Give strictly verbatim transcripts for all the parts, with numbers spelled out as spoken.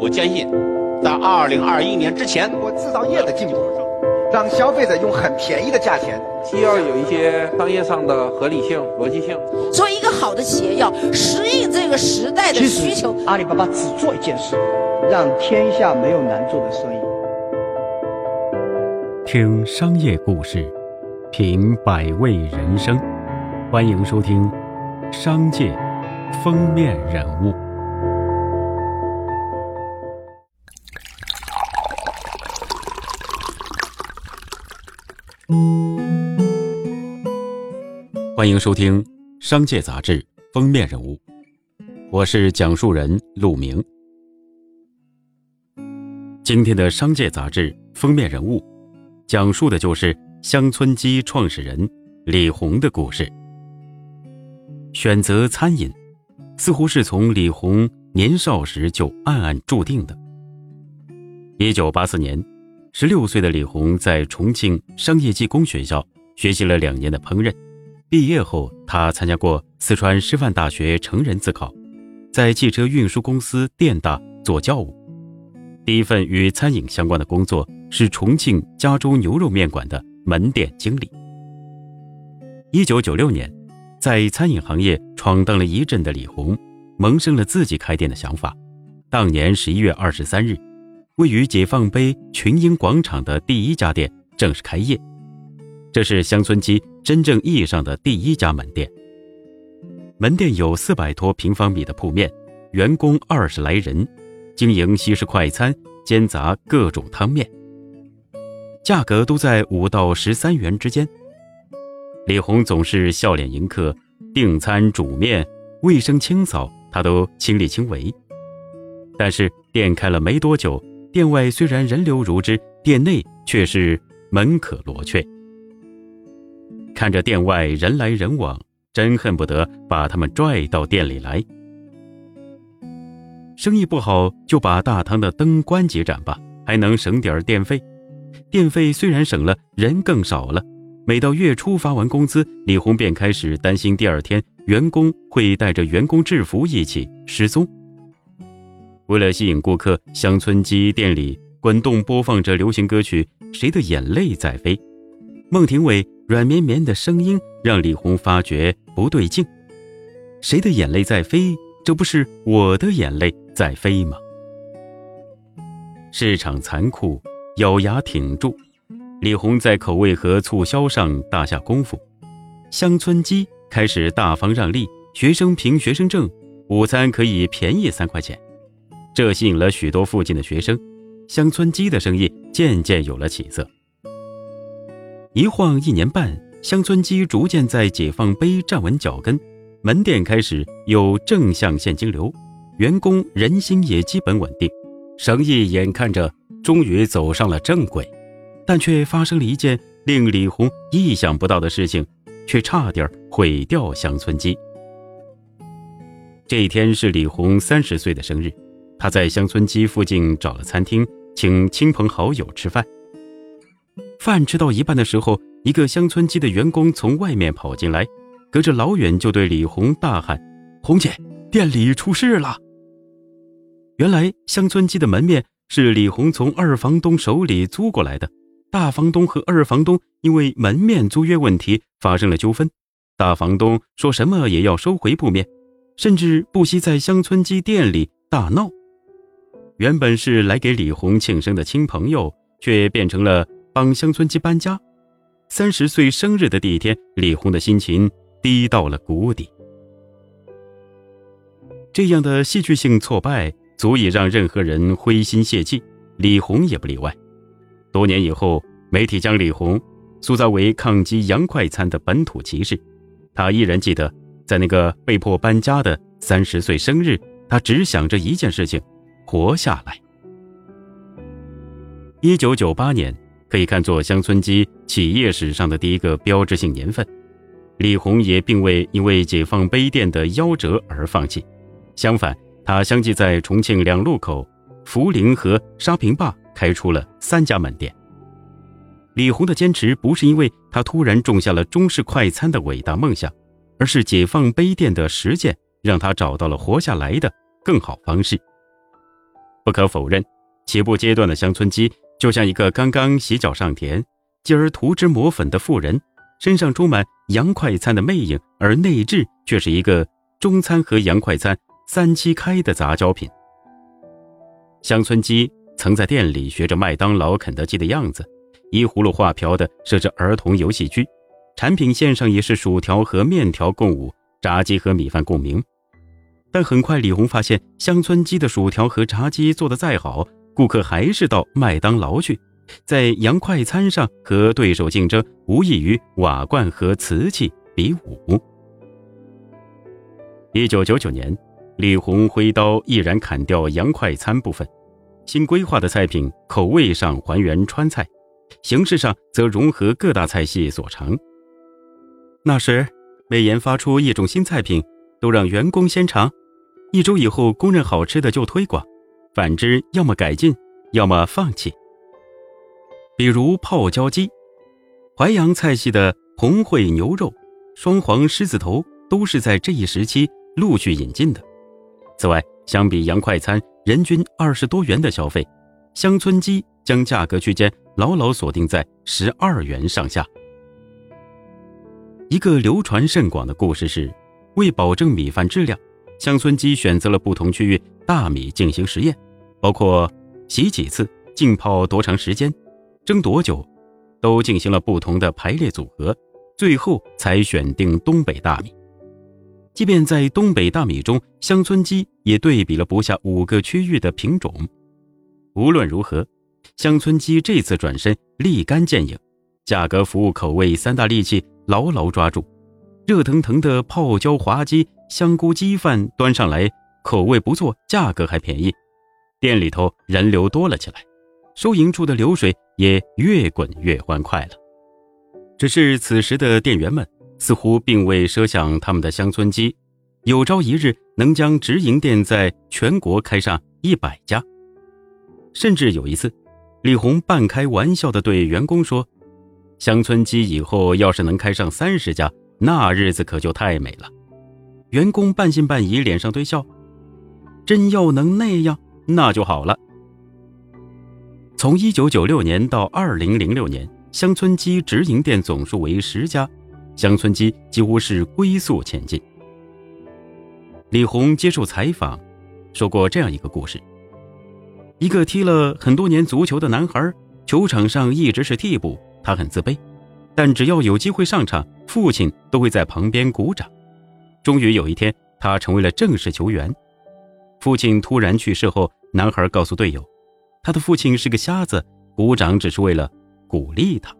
我坚信，在二零二一年之前， 通过制造业的进步，让消费者用很便宜的价钱， 既要有一些商业上的合理性、逻辑性。 作为一个好的企业，要适应这个时代的需求。 阿里巴巴只做一件事，让天下没有难做的生意。 听商业故事，品百味人生，欢迎收听《商界封面人物》。欢迎收听《商界杂志》封面人物，我是讲述人陆明。今天的《商界杂志》封面人物，讲述的就是乡村基创始人李洪的故事。选择餐饮，似乎是从李洪年少时就暗暗注定的。一九八四年，十六岁的李洪在重庆商业技工学校学习了两年的烹饪。毕业后，他参加过四川师范大学成人自考，在汽车运输公司电大做教务。第一份与餐饮相关的工作是重庆加州牛肉面馆的门店经理。一九九六年，在餐饮行业闯荡了一阵的李洪，萌生了自己开店的想法。当年十一月二十三日，位于解放碑群英广场的第一家店正式开业。这是乡村基真正意义上的第一家门店。门店有四百多平方米的铺面，员工二十来人，经营西式快餐，兼杂各种汤面，价格都在五到十三元之间。李洪总是笑脸迎客，订餐煮面，卫生清扫他都亲力亲为。但是店开了没多久，店外虽然人流如织，店内却是门可罗雀。看着店外人来人往，真恨不得把他们拽到店里来。生意不好就把大堂的灯关几盏吧，还能省点电费。电费虽然省了，人更少了。每到月初发完工资，李洪便开始担心第二天员工会带着员工制服一起失踪。为了吸引顾客，乡村基店里滚动播放着流行歌曲《谁的眼泪在飞》。孟庭苇软绵绵的声音让李洪发觉不对劲。谁的眼泪在飞？这不是我的眼泪在飞吗？市场残酷，咬牙挺住。李洪在口味和促销上大下功夫。乡村基开始大方让利，学生凭学生证，午餐可以便宜三块钱。这吸引了许多附近的学生，乡村基的生意渐渐有了起色。一晃一年半，乡村基逐渐在解放碑站稳脚跟，门店开始有正向现金流，员工人心也基本稳定，生意眼看着终于走上了正轨。但却发生了一件令李洪意想不到的事情，却差点毁掉乡村基。这一天是李洪三十岁的生日，他在乡村基附近找了餐厅，请亲朋好友吃饭。饭吃到一半的时候，一个乡村基的员工从外面跑进来，隔着老远就对李洪大喊：“洪姐，店里出事了！”原来乡村基的门面是李洪从二房东手里租过来的，大房东和二房东因为门面租约问题发生了纠纷，大房东说什么也要收回铺面，甚至不惜在乡村基店里大闹。原本是来给李洪庆生的亲朋友，却变成了帮乡村基搬家。三十岁生日的第一天，李洪的心情低到了谷底。这样的戏剧性挫败足以让任何人灰心泄气，李洪也不例外。多年以后，媒体将李洪塑造为抗击洋快餐的本土骑士。他依然记得，在那个被迫搬家的三十岁生日，他只想着一件事情：活下来。一九九八年可以看作乡村基企业史上的第一个标志性年份。李洪也并未因为解放碑店的夭折而放弃，相反，他相继在重庆两路口、涪陵和沙坪坝开出了三家门店。李洪的坚持不是因为他突然种下了中式快餐的伟大梦想，而是解放碑店的实践让他找到了活下来的更好方式。 不可否认，起步阶段的乡村鸡就像一个刚刚洗脚上田，继而涂脂抹粉的妇人，身上充满洋快餐的魅影，而内置却是一个中餐和洋快餐三七开的杂交品。乡村鸡曾在店里学着麦当劳、肯德基的样子，依葫芦画瓢地设置儿童游戏区，产品线上也是薯条和面条共舞，炸鸡和米饭共鸣。但很快李红发现，乡村鸡的薯条和炸鸡做得再好，顾客还是到麦当劳去，在洋快餐上和对手竞争，无异于瓦罐和瓷器比武。一九九九年，李红挥刀毅然砍掉洋快餐部分，新规划的菜品口味上还原川菜，形式上则融合各大菜系所长。那时每研发出一种新菜品，都让员工先尝，一周以后公认好吃的就推广，反之要么改进，要么放弃。比如泡椒鸡，淮扬菜系的红烩牛肉、双黄狮子头都是在这一时期陆续引进的。此外，相比洋快餐人均二十多元的消费，乡村鸡将价格区间牢牢锁定在十二元上下。一个流传甚广的故事是，为保证米饭质量，乡村鸡选择了不同区域大米进行实验，包括洗几次、浸泡多长时间、蒸多久，都进行了不同的排列组合，最后才选定东北大米。即便在东北大米中，乡村鸡也对比了不下五个区域的品种。无论如何，乡村鸡这次转身立竿见影，价格、服务、口味三大利器牢牢抓住。热腾腾的泡椒滑鸡、香菇鸡饭端上来，口味不错，价格还便宜，店里头人流多了起来，收银处的流水也越滚越欢快了。只是此时的店员们似乎并未设想他们的乡村鸡有朝一日能将直营店在全国开上一百家。甚至有一次，李红半开玩笑地对员工说，乡村鸡以后要是能开上三十家，那日子可就太美了。员工半信半疑，脸上堆笑，真要能那样，那就好了。从一九九六年到二零零六年，乡村鸡直营店总数为十家，乡村鸡几乎是龟速前进。李红接受采访说过这样一个故事，一个踢了很多年足球的男孩，球场上一直是替补，他很自卑，但只要有机会上场，父亲都会在旁边鼓掌。终于有一天，他成为了正式球员。父亲突然去世后，男孩告诉队友，他的父亲是个瞎子，鼓掌只是为了鼓励他。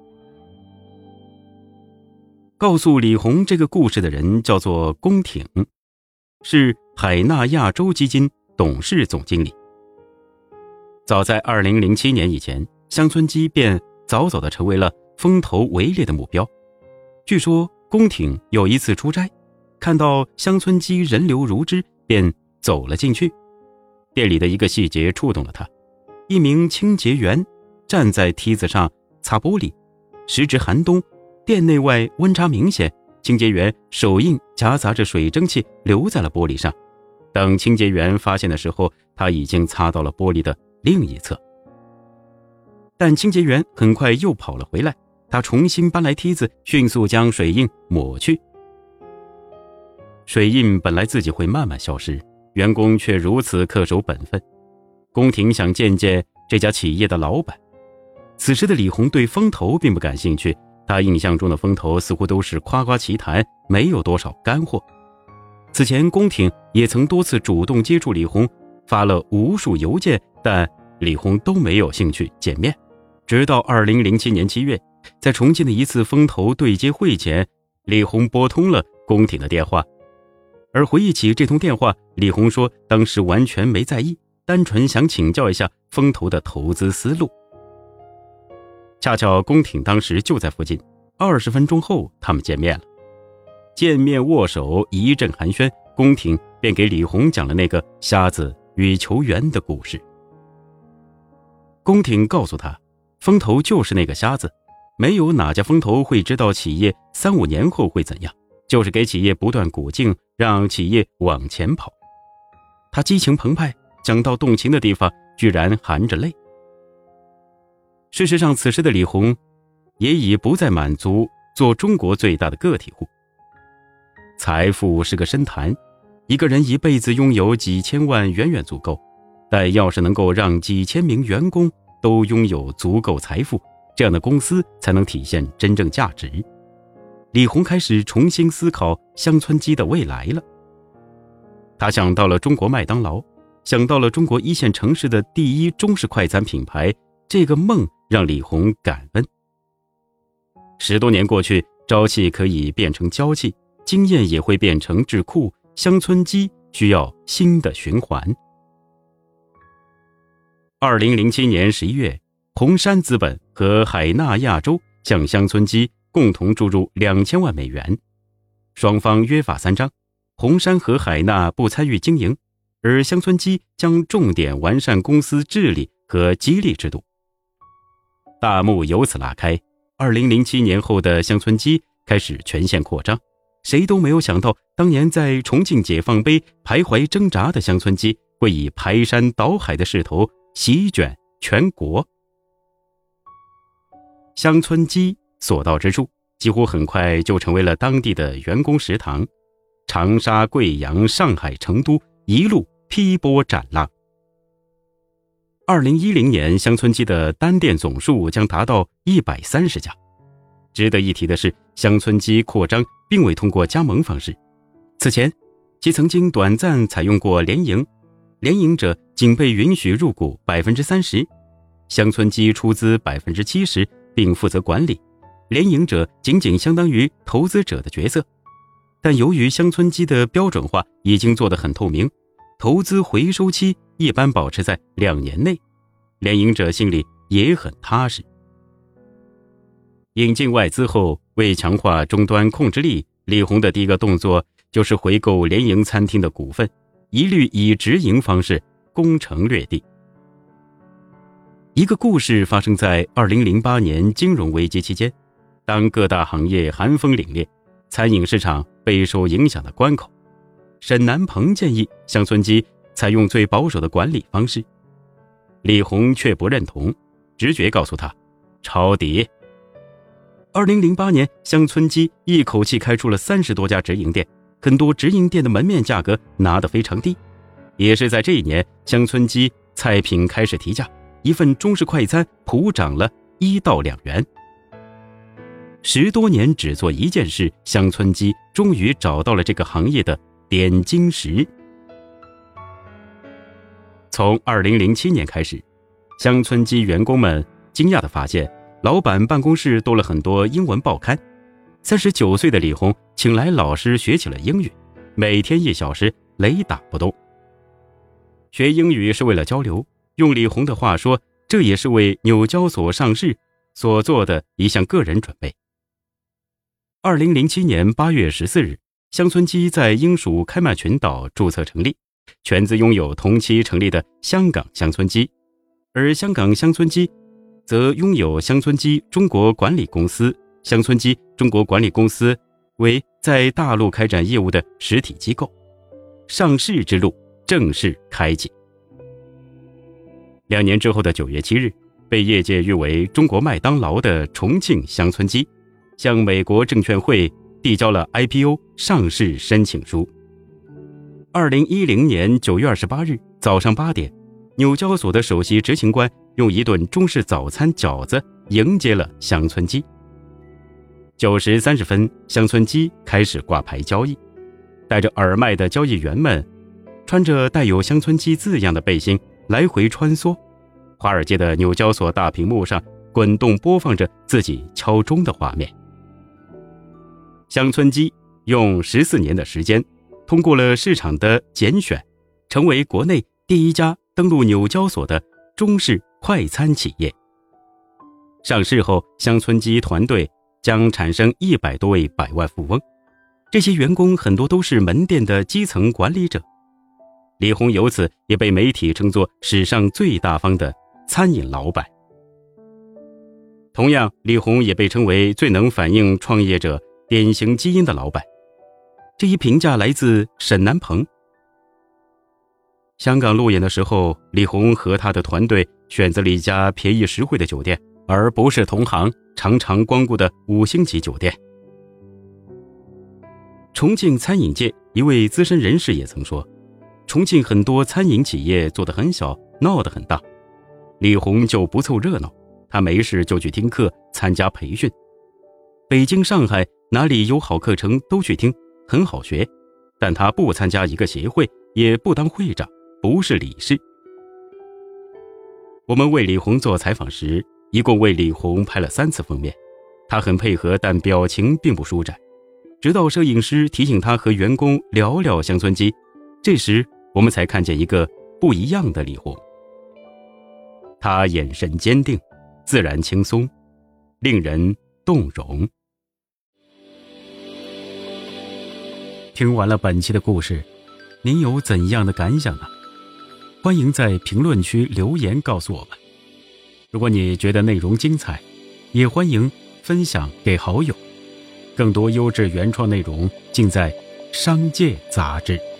告诉李红这个故事的人叫做龚挺，是海纳亚洲基金董事总经理。早在二零零七年以前，乡村鸡便早早地成为了风头围猎的目标。据说龚挺有一次出差，看到乡村鸡人流如织，便走了进去。店里的一个细节触动了他，一名清洁员站在梯子上擦玻璃，时值寒冬，店内外温差明显，清洁员手印夹杂着水蒸气留在了玻璃上。等清洁员发现的时候，他已经擦到了玻璃的另一侧。但清洁员很快又跑了回来，他重新搬来梯子，迅速将水印抹去。水印本来自己会慢慢消失，员工却如此恪守本分。龚挺想见见这家企业的老板。此时的李红对风投并不感兴趣，他印象中的风投似乎都是夸夸其谈，没有多少干货。此前龚挺也曾多次主动接触李红，发了无数邮件，但李红都没有兴趣见面。直到二零零七年七月，在重庆的一次风投对接会前，李红拨通了龚挺的电话。而回忆起这通电话，李红说当时完全没在意，单纯想请教一下风投的投资思路。恰巧龚挺当时就在附近，二十分钟后他们见面了。见面握手，一阵寒暄，龚挺便给李红讲了那个瞎子与球员的故事。龚挺告诉他，风投就是那个瞎子，没有哪家风投会知道企业三五年后会怎样，就是给企业不断鼓劲，让企业往前跑。他激情澎湃， 讲到动情的地方，居然含着泪。事实上，此时的李洪也已不再满足做中国最大的个体户。财富是个深潭，一个人一辈子拥有几千万远远足够，但要是能够让几千名员工都拥有足够财富，这样的公司才能体现真正价值。李洪开始重新思考乡村基的未来了。他想到了中国麦当劳，想到了中国一线城市的第一中式快餐品牌，这个梦让李洪感恩。十多年过去，朝气可以变成娇气，经验也会变成智库，乡村基需要新的循环。二零零七年十一月，红杉资本和海纳亚洲向乡村基共同注入两千万美元，双方约法三章，红杉和海纳不参与经营，而乡村基将重点完善公司治理和激励制度。大幕由此拉开，二零零七年后的乡村基开始全线扩张。谁都没有想到，当年在重庆解放碑徘徊挣扎的乡村基会以排山倒海的势头席卷全国。乡村基所到之处，几乎很快就成为了当地的员工食堂。长沙、贵阳、上海、成都一路劈波斩浪。二零一零年，乡村基的单店总数将达到一百三十家。值得一提的是，乡村基扩张并未通过加盟方式。此前，其曾经短暂采用过联营，联营者仅被允许入股 百分之三十， 乡村基出资 百分之七十 并负责管理，联营者仅仅相当于投资者的角色。但由于乡村基的标准化已经做得很透明，投资回收期一般保持在两年内，联营者心里也很踏实。引进外资后，为强化终端控制力，李洪的第一个动作就是回购联营餐厅的股份，一律以直营方式攻城略地。一个故事发生在二零零八年金融危机期间，当各大行业寒风凛冽，餐饮市场备受影响的关口，沈南鹏建议乡村基采用最保守的管理方式，李洪却不认同，直觉告诉他抄底。二零零八年，乡村基一口气开出了三十多家直营店，很多直营店的门面价格拿得非常低。也是在这一年，乡村基菜品开始提价，一份中式快餐普涨了一到两元。十多年只做一件事，乡村基终于找到了这个行业的点睛石。从二零零七年开始，乡村基员工们惊讶地发现，老板办公室多了很多英文报刊。三十九岁的李洪请来老师学起了英语，每天一小时，雷打不动。学英语是为了交流，用李洪的话说，这也是为纽交所上市所做的一项个人准备。二零零七年八月十四日，乡村基在英属开曼群岛注册成立，全资拥有同期成立的香港乡村基，而香港乡村基则拥有乡村基中国管理公司。乡村基中国管理公司为在大陆开展业务的实体机构，上市之路正式开启。两年之后的九月七日，被业界誉为中国麦当劳的重庆乡村基向美国证券会递交了 I P O 上市申请书。二零一零年九月二十八日早上八点，纽交所的首席执行官用一顿中式早餐饺子迎接了乡村基。九时三十分，乡村基开始挂牌交易，戴着耳麦的交易员们穿着带有乡村基字样的背心来回穿梭，华尔街的纽交所大屏幕上滚动播放着自己敲钟的画面。乡村基用十四年的时间通过了市场的拣选，成为国内第一家登陆纽交所的中式快餐企业。上市后，乡村基团队将产生一百多位百万富翁，这些员工很多都是门店的基层管理者。李洪由此也被媒体称作史上最大方的餐饮老板。同样，李洪也被称为最能反映创业者典型基因的老板。这一评价来自沈南鹏。 香港路演的时候，李红和他的团队选择了一家便宜实惠的酒店，而不是同行常常光顾的五星级酒店。重庆餐饮界一位资深人士也曾说，重庆很多餐饮企业做得很小，闹得很大，李红就不凑热闹，他没事就去听课，参加培训。北京、上海哪里有好课程都去听，很好学，但他不参加一个协会，也不当会长，不是理事。我们为李红做采访时，一共为李红拍了三次封面，他很配合，但表情并不舒展。直到摄影师提醒他和员工聊聊乡村鸡，这时我们才看见一个不一样的李红。他眼神坚定，自然轻松，令人动容。听完了本期的故事，您有怎样的感想呢？欢迎在评论区留言告诉我们。如果你觉得内容精彩，也欢迎分享给好友。更多优质原创内容尽在商界杂志。